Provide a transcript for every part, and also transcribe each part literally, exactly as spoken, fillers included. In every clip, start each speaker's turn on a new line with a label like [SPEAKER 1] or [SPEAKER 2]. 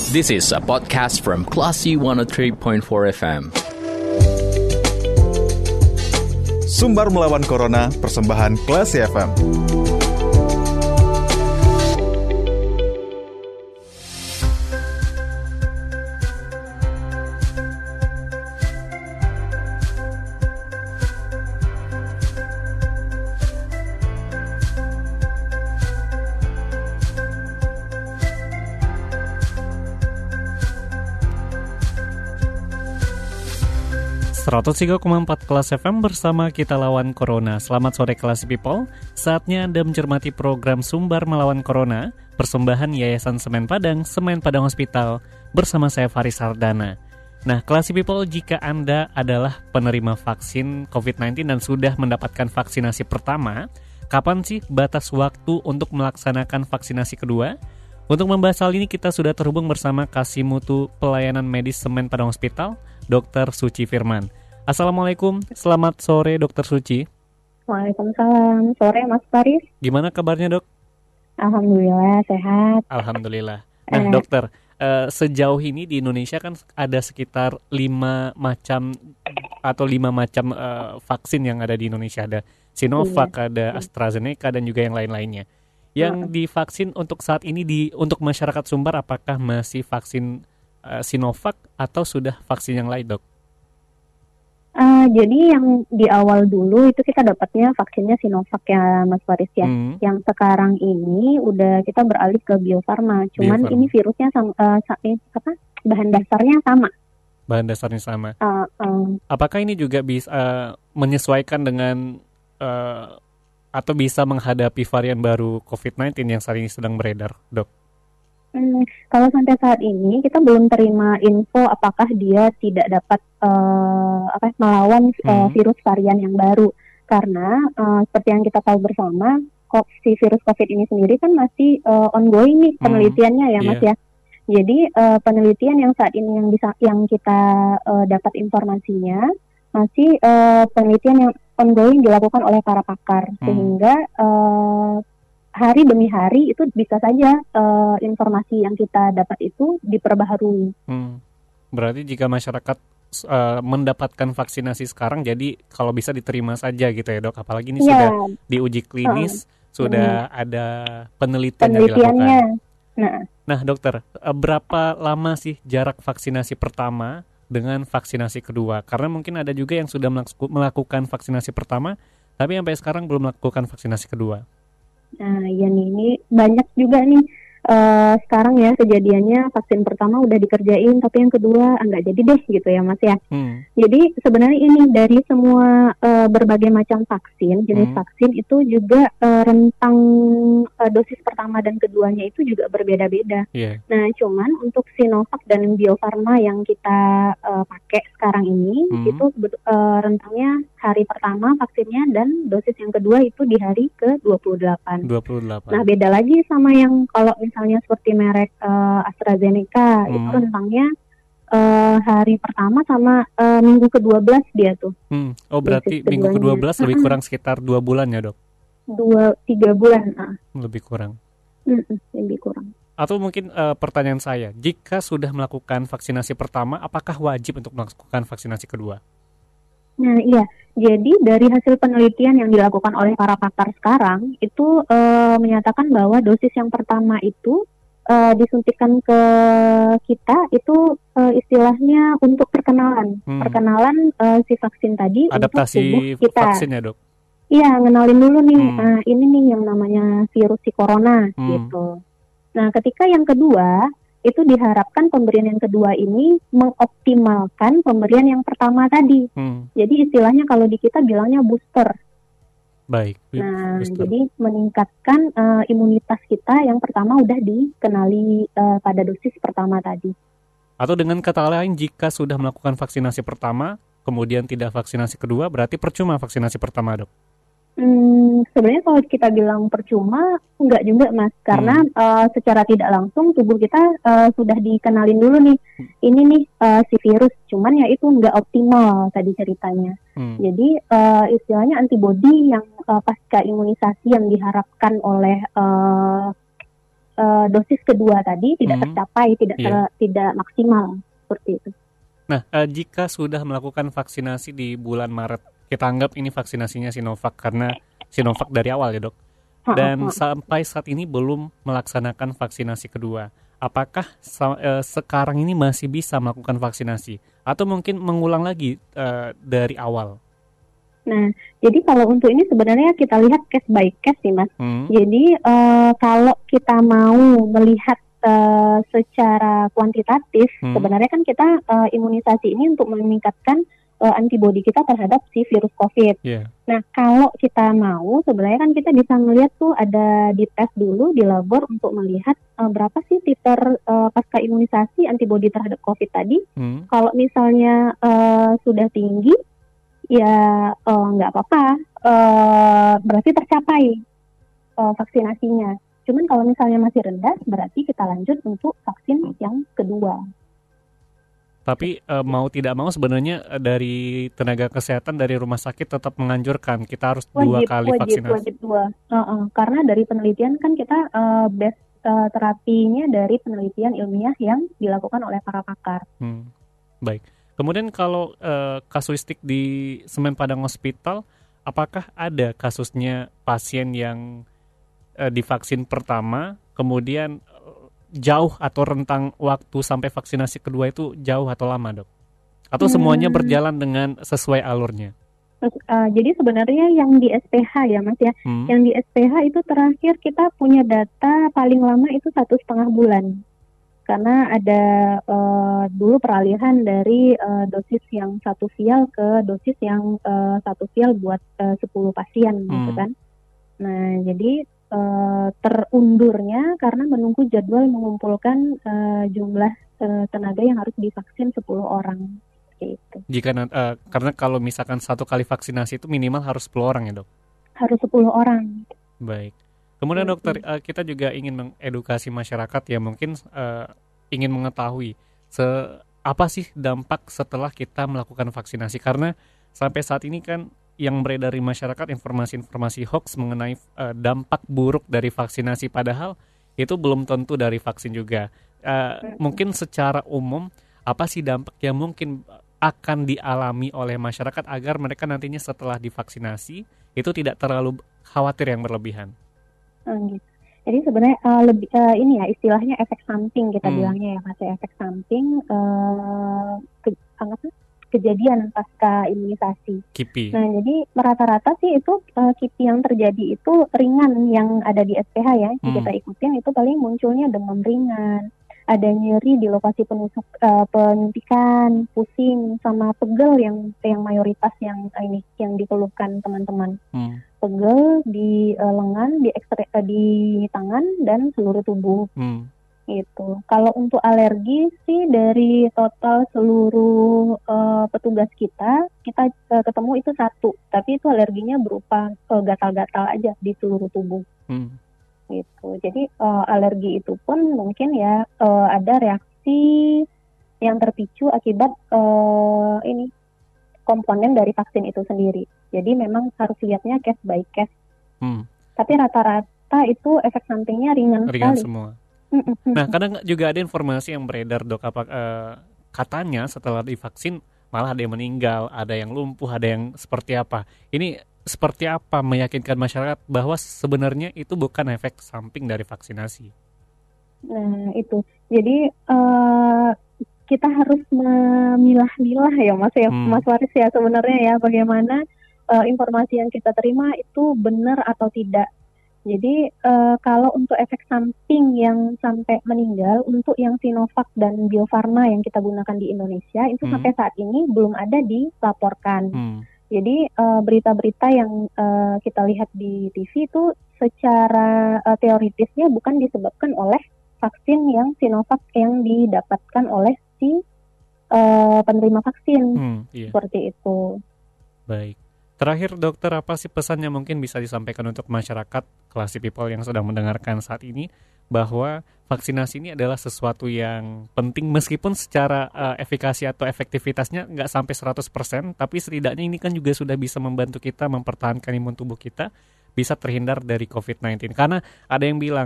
[SPEAKER 1] This is a podcast from Classy one oh three point four F M.
[SPEAKER 2] Sumbar melawan Corona, persembahan Classy F M.
[SPEAKER 3] seratus tiga koma empat Kelas F M bersama kita lawan Corona. Selamat sore Kelas People. Saatnya Anda mencermati program Sumbar Melawan Corona, persembahan Yayasan Semen Padang, Semen Padang Hospital, bersama saya Faris Hardana. Nah, Kelas People, jika Anda adalah penerima vaksin covid sembilan belas dan sudah mendapatkan vaksinasi pertama, kapan sih batas waktu untuk melaksanakan vaksinasi kedua? Untuk membahas hal ini kita sudah terhubung bersama Kasih Mutu Pelayanan Medis Semen Padang Hospital, Dokter Suci Firman. Assalamualaikum, selamat sore Dokter Suci.
[SPEAKER 4] Waalaikumsalam, sore Mas Faris.
[SPEAKER 3] Gimana kabarnya dok?
[SPEAKER 4] Alhamdulillah sehat.
[SPEAKER 3] Alhamdulillah. Nah
[SPEAKER 4] Eh.
[SPEAKER 3] dokter, eh, sejauh ini di Indonesia kan ada sekitar lima macam atau lima macam eh, vaksin yang ada di Indonesia. Ada Sinovac, ada AstraZeneca dan juga yang lain-lainnya. Yang divaksin untuk saat ini di untuk masyarakat Sumbar, apakah masih vaksin eh, Sinovac atau sudah vaksin yang lain dok?
[SPEAKER 4] Uh, jadi yang di awal dulu itu kita dapatnya vaksinnya Sinovac ya Mas Faris ya.
[SPEAKER 3] Hmm.
[SPEAKER 4] Yang sekarang ini udah kita beralih ke Bio Farma. Cuman
[SPEAKER 3] Bio Farma.
[SPEAKER 4] ini virusnya sama, uh, sa- eh, apa? Bahan dasarnya sama.
[SPEAKER 3] Bahan dasarnya sama.
[SPEAKER 4] Uh, um,
[SPEAKER 3] Apakah ini juga bisa uh, menyesuaikan dengan uh, atau bisa menghadapi varian baru covid sembilan belas yang saat ini sedang beredar, dok?
[SPEAKER 4] Hmm, kalau sampai saat ini kita belum terima info apakah dia tidak dapat uh, apa melawan uh,
[SPEAKER 3] Hmm.
[SPEAKER 4] virus varian yang baru, karena uh, seperti yang kita tahu bersama kok si virus COVID ini sendiri kan masih uh, ongoing nih
[SPEAKER 3] Hmm,
[SPEAKER 4] penelitiannya ya Mas
[SPEAKER 3] iya.
[SPEAKER 4] ya. Jadi uh, penelitian yang saat ini yang bisa yang kita uh, dapat informasinya masih uh, penelitian yang ongoing dilakukan oleh para pakar,
[SPEAKER 3] Hmm.
[SPEAKER 4] sehingga uh, hari demi hari itu bisa saja uh, informasi yang kita dapat itu diperbaharui.
[SPEAKER 3] Hmm. Berarti jika masyarakat uh, mendapatkan vaksinasi sekarang, jadi kalau bisa diterima saja gitu ya dok. Apalagi ini
[SPEAKER 4] Iya,
[SPEAKER 3] sudah diuji klinis, sudah ada penelitian yang
[SPEAKER 4] penelitiannya.
[SPEAKER 3] dilakukan.
[SPEAKER 4] Nah,
[SPEAKER 3] Nah dokter, uh, berapa lama sih jarak vaksinasi pertama dengan vaksinasi kedua? Karena mungkin ada juga yang sudah melaku- melakukan vaksinasi pertama, tapi sampai sekarang belum melakukan vaksinasi kedua.
[SPEAKER 4] nah ya nih, ini banyak juga nih eh, sekarang ya kejadiannya vaksin pertama udah dikerjain, tapi yang kedua enggak jadi deh gitu ya Mas ya.
[SPEAKER 3] Hmm.
[SPEAKER 4] Jadi sebenarnya ini dari semua eh, berbagai macam vaksin, jenis
[SPEAKER 3] Hmm.
[SPEAKER 4] vaksin itu juga eh, rentang eh, dosis pertama dan keduanya itu juga berbeda-beda.
[SPEAKER 3] Iya.
[SPEAKER 4] Nah, cuman untuk Sinovac dan Bio Farma yang kita eh, pakai sekarang ini
[SPEAKER 3] Hmm.
[SPEAKER 4] itu bet- eh, rentangnya hari pertama vaksinnya dan dosis yang kedua itu di hari ke dua puluh delapan.
[SPEAKER 3] dua puluh delapan.
[SPEAKER 4] Nah, beda lagi sama yang kalau misalnya seperti merek eh, AstraZeneca,
[SPEAKER 3] Hmm.
[SPEAKER 4] itu rentangnya eh, hari pertama sama eh, minggu ke-dua belas dia tuh.
[SPEAKER 3] Hmm. Oh berarti
[SPEAKER 4] Dosis
[SPEAKER 3] minggu
[SPEAKER 4] keduanya.
[SPEAKER 3] kedua belas lebih
[SPEAKER 4] Mm-mm.
[SPEAKER 3] kurang sekitar dua bulan ya dok?
[SPEAKER 4] Dua, tiga bulan. Ah,
[SPEAKER 3] Lebih kurang.
[SPEAKER 4] mm-mm, lebih kurang.
[SPEAKER 3] Atau mungkin eh, pertanyaan saya, jika sudah melakukan vaksinasi pertama, apakah wajib untuk melakukan vaksinasi kedua?
[SPEAKER 4] Nah, iya. Jadi dari hasil penelitian yang dilakukan oleh para pakar sekarang itu eh, menyatakan bahwa dosis yang pertama itu eh, disuntikan ke kita itu eh, istilahnya untuk perkenalan,
[SPEAKER 3] Hmm.
[SPEAKER 4] perkenalan eh, si vaksin tadi
[SPEAKER 3] Adaptasi
[SPEAKER 4] untuk tubuh kita.
[SPEAKER 3] vaksin ya dok?
[SPEAKER 4] Iya, ngenalin dulu nih.
[SPEAKER 3] Hmm.
[SPEAKER 4] Nah, ini nih yang namanya virus si corona
[SPEAKER 3] Hmm.
[SPEAKER 4] gitu. Nah, ketika yang kedua itu diharapkan pemberian yang kedua ini mengoptimalkan pemberian yang pertama tadi.
[SPEAKER 3] Hmm.
[SPEAKER 4] Jadi istilahnya kalau di kita bilangnya booster.
[SPEAKER 3] Baik.
[SPEAKER 4] Nah,
[SPEAKER 3] Booster.
[SPEAKER 4] jadi meningkatkan eh, imunitas kita yang pertama udah dikenali eh, pada dosis pertama tadi.
[SPEAKER 3] Atau dengan kata lain, jika sudah melakukan vaksinasi pertama, kemudian tidak vaksinasi kedua, berarti percuma vaksinasi pertama dok?
[SPEAKER 4] Hmm, sebenarnya kalau kita bilang percuma, enggak juga Mas, karena eh, secara tidak langsung tubuh kita eh, sudah dikenalin dulu nih, ini nih eh, si virus, cuman ya itu enggak optimal tadi ceritanya.
[SPEAKER 3] Hmm.
[SPEAKER 4] Jadi eh, istilahnya antibodi yang eh, pasca imunisasi yang diharapkan oleh eh, uh, dosis kedua tadi tidak
[SPEAKER 3] Hmm.
[SPEAKER 4] tercapai, tidak
[SPEAKER 3] Iya.
[SPEAKER 4] ter- tidak maksimal seperti itu.
[SPEAKER 3] Nah, eh, jika sudah melakukan vaksinasi di bulan Maret, kita anggap ini vaksinasinya Sinovac karena Sinovac dari awal ya dok.
[SPEAKER 4] Ha, ha,
[SPEAKER 3] Dan
[SPEAKER 4] ha.
[SPEAKER 3] sampai saat ini belum melaksanakan vaksinasi kedua. Apakah sa- eh, sekarang ini masih bisa melakukan vaksinasi? Atau mungkin mengulang lagi eh, dari awal?
[SPEAKER 4] Nah, jadi kalau untuk ini sebenarnya kita lihat case by case sih Mas.
[SPEAKER 3] Hmm.
[SPEAKER 4] Jadi eh, kalau kita mau melihat eh, secara kuantitatif,
[SPEAKER 3] Hmm.
[SPEAKER 4] sebenarnya kan kita eh, imunisasi ini untuk meningkatkan eh, antibodi kita terhadap si virus COVID.
[SPEAKER 3] Iya.
[SPEAKER 4] Nah, kalau kita mau, sebenarnya kan kita bisa melihat tuh ada di tes dulu di labor untuk melihat eh, berapa sih titer eh, pasca imunisasi antibodi terhadap COVID tadi.
[SPEAKER 3] Hmm.
[SPEAKER 4] Kalau misalnya eh, sudah tinggi, ya eh, nggak apa-apa, eh, berarti tercapai eh, vaksinasinya. Cuman kalau misalnya masih rendah, berarti kita lanjut untuk vaksin yang kedua.
[SPEAKER 3] Tapi eh, mau tidak mau sebenarnya eh, dari tenaga kesehatan dari rumah sakit tetap menganjurkan kita harus dua
[SPEAKER 4] Wajib,
[SPEAKER 3] kali
[SPEAKER 4] wajib,
[SPEAKER 3] vaksinasi.
[SPEAKER 4] wajib dua. Uh-uh. Karena dari penelitian kan kita uh, base uh, terapinya dari penelitian ilmiah yang dilakukan oleh para pakar.
[SPEAKER 3] Hmm. Baik. Kemudian kalau eh, kasuistik di Semen Padang Hospital, apakah ada kasusnya pasien yang eh, divaksin pertama, kemudian eh, jauh atau rentang waktu sampai vaksinasi kedua itu jauh atau lama, dok? Atau
[SPEAKER 4] Hmm.
[SPEAKER 3] semuanya berjalan dengan sesuai alurnya?
[SPEAKER 4] Terus, uh, jadi sebenarnya yang di S P H ya Mas ya,
[SPEAKER 3] Hmm.
[SPEAKER 4] yang di S P H itu terakhir kita punya data paling lama itu satu setengah bulan. Karena ada uh, dulu peralihan dari uh, dosis yang satu vial ke dosis yang uh, satu vial buat uh, sepuluh pasien gitu
[SPEAKER 3] Hmm.
[SPEAKER 4] kan. Nah, jadi uh, terundurnya karena menunggu jadwal mengumpulkan uh, jumlah uh, tenaga yang harus divaksin sepuluh orang. Gitu.
[SPEAKER 3] Jika nan- eh, karena kalau misalkan satu kali vaksinasi itu minimal harus sepuluh orang ya, dok?
[SPEAKER 4] Harus sepuluh orang.
[SPEAKER 3] Baik. Kemudian
[SPEAKER 4] Mm-mm.
[SPEAKER 3] dokter, eh, kita juga ingin mengedukasi masyarakat ya, mungkin eh, ingin mengetahui se apa sih dampak setelah kita melakukan vaksinasi, karena sampai saat ini kan yang beredar di masyarakat informasi-informasi hoax mengenai eh, dampak buruk dari vaksinasi, padahal itu belum tentu dari vaksin juga. Eh, mungkin secara umum apa sih dampak yang mungkin akan dialami oleh masyarakat agar mereka nantinya setelah divaksinasi itu tidak terlalu khawatir yang berlebihan?
[SPEAKER 4] Hmm, gitu. Jadi sebenarnya uh, lebih uh, ini ya istilahnya efek samping kita
[SPEAKER 3] Hmm.
[SPEAKER 4] bilangnya ya Mas, ya, efek samping uh, ke, apa, kejadian pasca imunisasi.
[SPEAKER 3] Kipi.
[SPEAKER 4] Nah, jadi rata-rata sih itu uh, kipi yang terjadi itu ringan yang ada di S P H ya. Yang
[SPEAKER 3] Hmm.
[SPEAKER 4] kita ikutin itu paling munculnya demam ringan, ada nyeri di lokasi penusuk uh, penyuntikan, pusing sama pegel yang yang mayoritas yang uh, ini yang dikeluhkan teman-teman.
[SPEAKER 3] Hmm.
[SPEAKER 4] Pegel di uh, lengan, di ekstre, uh, di tangan dan seluruh tubuh
[SPEAKER 3] Hmm.
[SPEAKER 4] gitu. Kalau untuk alergi sih dari total seluruh uh, petugas kita, kita uh, ketemu itu satu, tapi itu alerginya berupa uh, gatal-gatal aja di seluruh tubuh
[SPEAKER 3] Hmm.
[SPEAKER 4] gitu. Jadi uh, alergi itu pun mungkin ya uh, ada reaksi yang terpicu akibat uh, ini komponen dari vaksin itu sendiri. Jadi memang harus lihatnya case by case.
[SPEAKER 3] Hmm.
[SPEAKER 4] Tapi rata-rata itu efek sampingnya ringan,
[SPEAKER 3] Ringan
[SPEAKER 4] sekali.
[SPEAKER 3] semua.
[SPEAKER 4] Mm-mm.
[SPEAKER 3] Nah, kadang juga ada informasi yang beredar, dok, apa eh, katanya setelah divaksin malah ada yang meninggal, ada yang lumpuh, ada yang seperti apa. Ini seperti apa meyakinkan masyarakat bahwa sebenarnya itu bukan efek samping dari vaksinasi?
[SPEAKER 4] Nah itu, jadi uh, kita harus memilah-milah ya Mas ya,
[SPEAKER 3] Hmm.
[SPEAKER 4] Mas Waris ya sebenarnya ya bagaimana uh, informasi yang kita terima itu benar atau tidak. Jadi uh, kalau untuk efek samping yang sampai meninggal untuk yang Sinovac dan Bio Farma yang kita gunakan di Indonesia itu
[SPEAKER 3] Hmm.
[SPEAKER 4] sampai saat ini belum ada dilaporkan.
[SPEAKER 3] Hmm.
[SPEAKER 4] Jadi uh, berita-berita yang uh, kita lihat di T V itu secara uh, teoritisnya bukan disebabkan oleh vaksin yang Sinovac yang didapatkan oleh si uh, penerima vaksin
[SPEAKER 3] Hmm, iya.
[SPEAKER 4] seperti itu.
[SPEAKER 3] Baik. Terakhir, dokter, apa sih pesan yang mungkin bisa disampaikan untuk masyarakat, classy people yang sedang mendengarkan saat ini, bahwa vaksinasi ini adalah sesuatu yang penting meskipun secara uh, efikasi atau efektivitasnya nggak sampai seratus persen, tapi setidaknya ini kan juga sudah bisa membantu kita mempertahankan imun tubuh kita, bisa terhindar dari covid sembilan belas. Karena ada yang bilang,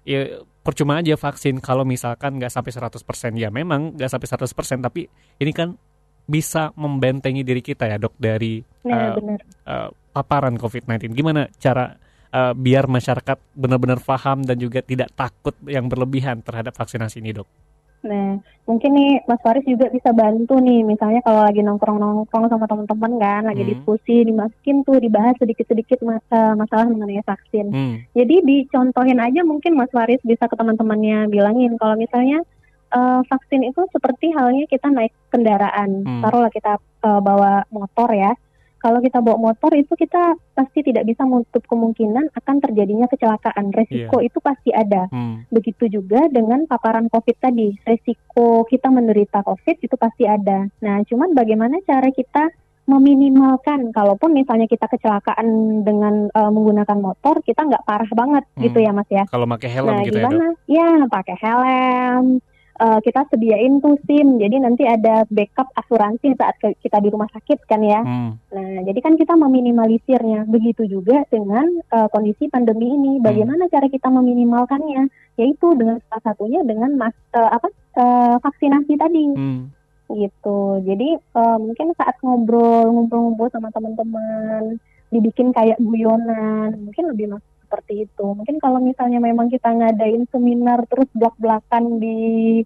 [SPEAKER 3] ya percuma aja vaksin kalau misalkan nggak sampai seratus persen. Ya memang nggak sampai seratus persen, tapi ini kan bisa membentengi diri kita ya dok dari
[SPEAKER 4] Nah,
[SPEAKER 3] uh,
[SPEAKER 4] benar.
[SPEAKER 3] uh, paparan covid sembilan belas. Gimana cara uh, biar masyarakat benar-benar paham dan juga tidak takut yang berlebihan terhadap vaksinasi ini dok?
[SPEAKER 4] Nah, mungkin nih Mas Faris juga bisa bantu nih, misalnya kalau lagi nongkrong-nongkrong sama teman-teman kan, lagi
[SPEAKER 3] Hmm.
[SPEAKER 4] diskusi, dimasukin tuh, dibahas sedikit-sedikit mas- eh, masalah mengenai vaksin.
[SPEAKER 3] Hmm.
[SPEAKER 4] Jadi dicontohin aja, mungkin Mas Faris bisa ke teman-temannya bilangin kalau misalnya eh, vaksin itu seperti halnya kita naik kendaraan.
[SPEAKER 3] Hmm.
[SPEAKER 4] Taruhlah kita eh, bawa motor ya. Kalau kita bawa motor itu kita pasti tidak bisa menutup kemungkinan akan terjadinya kecelakaan. Resiko itu pasti ada.
[SPEAKER 3] Hmm.
[SPEAKER 4] Begitu juga dengan paparan COVID tadi, resiko kita menderita COVID itu pasti ada. Nah, cuman bagaimana cara kita meminimalkan, kalaupun misalnya kita kecelakaan dengan uh, menggunakan motor, kita nggak parah banget
[SPEAKER 3] Hmm.
[SPEAKER 4] gitu ya Mas ya.
[SPEAKER 3] Kalau pakai helm
[SPEAKER 4] Nah,
[SPEAKER 3] gitu ya dok?
[SPEAKER 4] gimana? Ya, pakai helm. Uh, kita sediain tuh SIM, jadi nanti ada backup asuransi saat ke- kita di rumah sakit kan ya.
[SPEAKER 3] Hmm.
[SPEAKER 4] Nah, jadi kan kita meminimalisirnya. Begitu juga dengan uh, kondisi pandemi ini. Bagaimana cara kita meminimalkannya? Yaitu dengan salah satunya dengan mas, uh, apa uh, vaksinasi tadi,
[SPEAKER 3] Hmm.
[SPEAKER 4] gitu. Jadi uh, mungkin saat ngobrol, ngumpul-ngumpul sama teman-teman, dibikin kayak guyonan, mungkin lebih masuk seperti itu. Mungkin kalau misalnya memang kita ngadain seminar terus blak-blakan di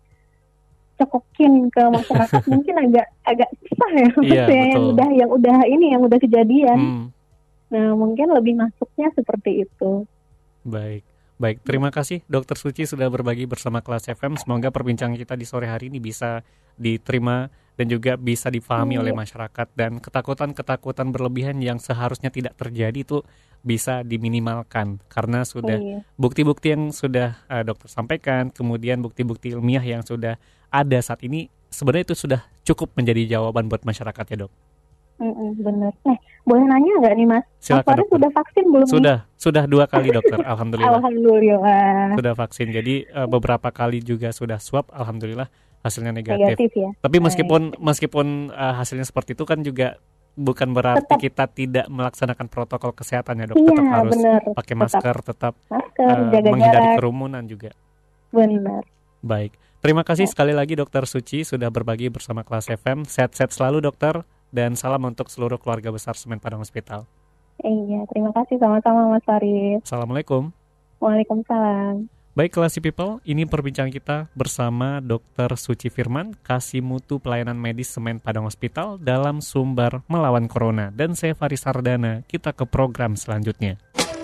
[SPEAKER 4] cekokin ke masyarakat mungkin agak agak susah ya,
[SPEAKER 3] Iya,
[SPEAKER 4] maksudnya yang
[SPEAKER 3] betul.
[SPEAKER 4] udah yang udah ini yang udah kejadian.
[SPEAKER 3] Hmm.
[SPEAKER 4] Nah, mungkin lebih masuknya seperti itu.
[SPEAKER 3] Baik, baik. Terima kasih Dokter Suci sudah berbagi bersama Kelas F M. Semoga perbincangan kita di sore hari ini bisa diterima dan juga bisa dipahami
[SPEAKER 4] Hmm.
[SPEAKER 3] oleh masyarakat, dan ketakutan-ketakutan berlebihan yang seharusnya tidak terjadi itu bisa diminimalkan karena sudah
[SPEAKER 4] Iya.
[SPEAKER 3] bukti-bukti yang sudah uh, dokter sampaikan, kemudian bukti-bukti ilmiah yang sudah ada saat ini, sebenarnya itu sudah cukup menjadi jawaban buat masyarakat ya dok.
[SPEAKER 4] Mm-mm, bener. Eh, boleh nanya nggak nih Mas? Mas
[SPEAKER 3] Silakan,
[SPEAKER 4] Faris
[SPEAKER 3] dokter.
[SPEAKER 4] sudah vaksin belum? nih?
[SPEAKER 3] Sudah, sudah dua kali dokter, alhamdulillah.
[SPEAKER 4] Alhamdulillah.
[SPEAKER 3] Sudah vaksin. Jadi uh, beberapa kali juga sudah swab, alhamdulillah hasilnya negatif.
[SPEAKER 4] Negatif ya.
[SPEAKER 3] Tapi meskipun meskipun uh, hasilnya seperti itu kan juga bukan berarti
[SPEAKER 4] Tetap.
[SPEAKER 3] kita tidak melaksanakan protokol kesehatan ya dok.
[SPEAKER 4] Iya,
[SPEAKER 3] Tetap harus
[SPEAKER 4] bener.
[SPEAKER 3] pakai
[SPEAKER 4] Tetap.
[SPEAKER 3] masker, tetap
[SPEAKER 4] Masker,
[SPEAKER 3] uh,
[SPEAKER 4] jaga
[SPEAKER 3] menghindari
[SPEAKER 4] jarak.
[SPEAKER 3] kerumunan juga.
[SPEAKER 4] Benar.
[SPEAKER 3] Baik, terima kasih sekali lagi Dokter Suci sudah berbagi bersama Kelas F M. Sehat-sehat selalu dokter, dan salam untuk seluruh keluarga besar Semen Padang Hospital.
[SPEAKER 4] Iya, terima kasih sama-sama Mas Faris.
[SPEAKER 3] Assalamualaikum.
[SPEAKER 4] Waalaikumsalam.
[SPEAKER 3] Baik Classy People, ini perbincangan kita bersama Dokter Suci Firman, Kasih Mutu Pelayanan Medis Semen Padang Hospital dalam Sumber Melawan Corona. Dan saya Faris Sardana, kita ke program selanjutnya.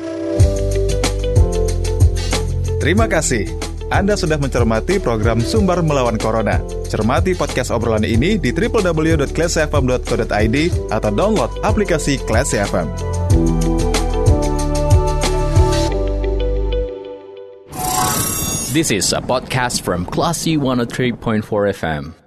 [SPEAKER 2] Terima kasih. Anda sudah mencermati program Sumber Melawan Corona. Cermati podcast obrolan ini di w w w dot classy f m dot co dot i d atau download aplikasi Classy F M.
[SPEAKER 1] This is a podcast from Classy one oh three point four F M.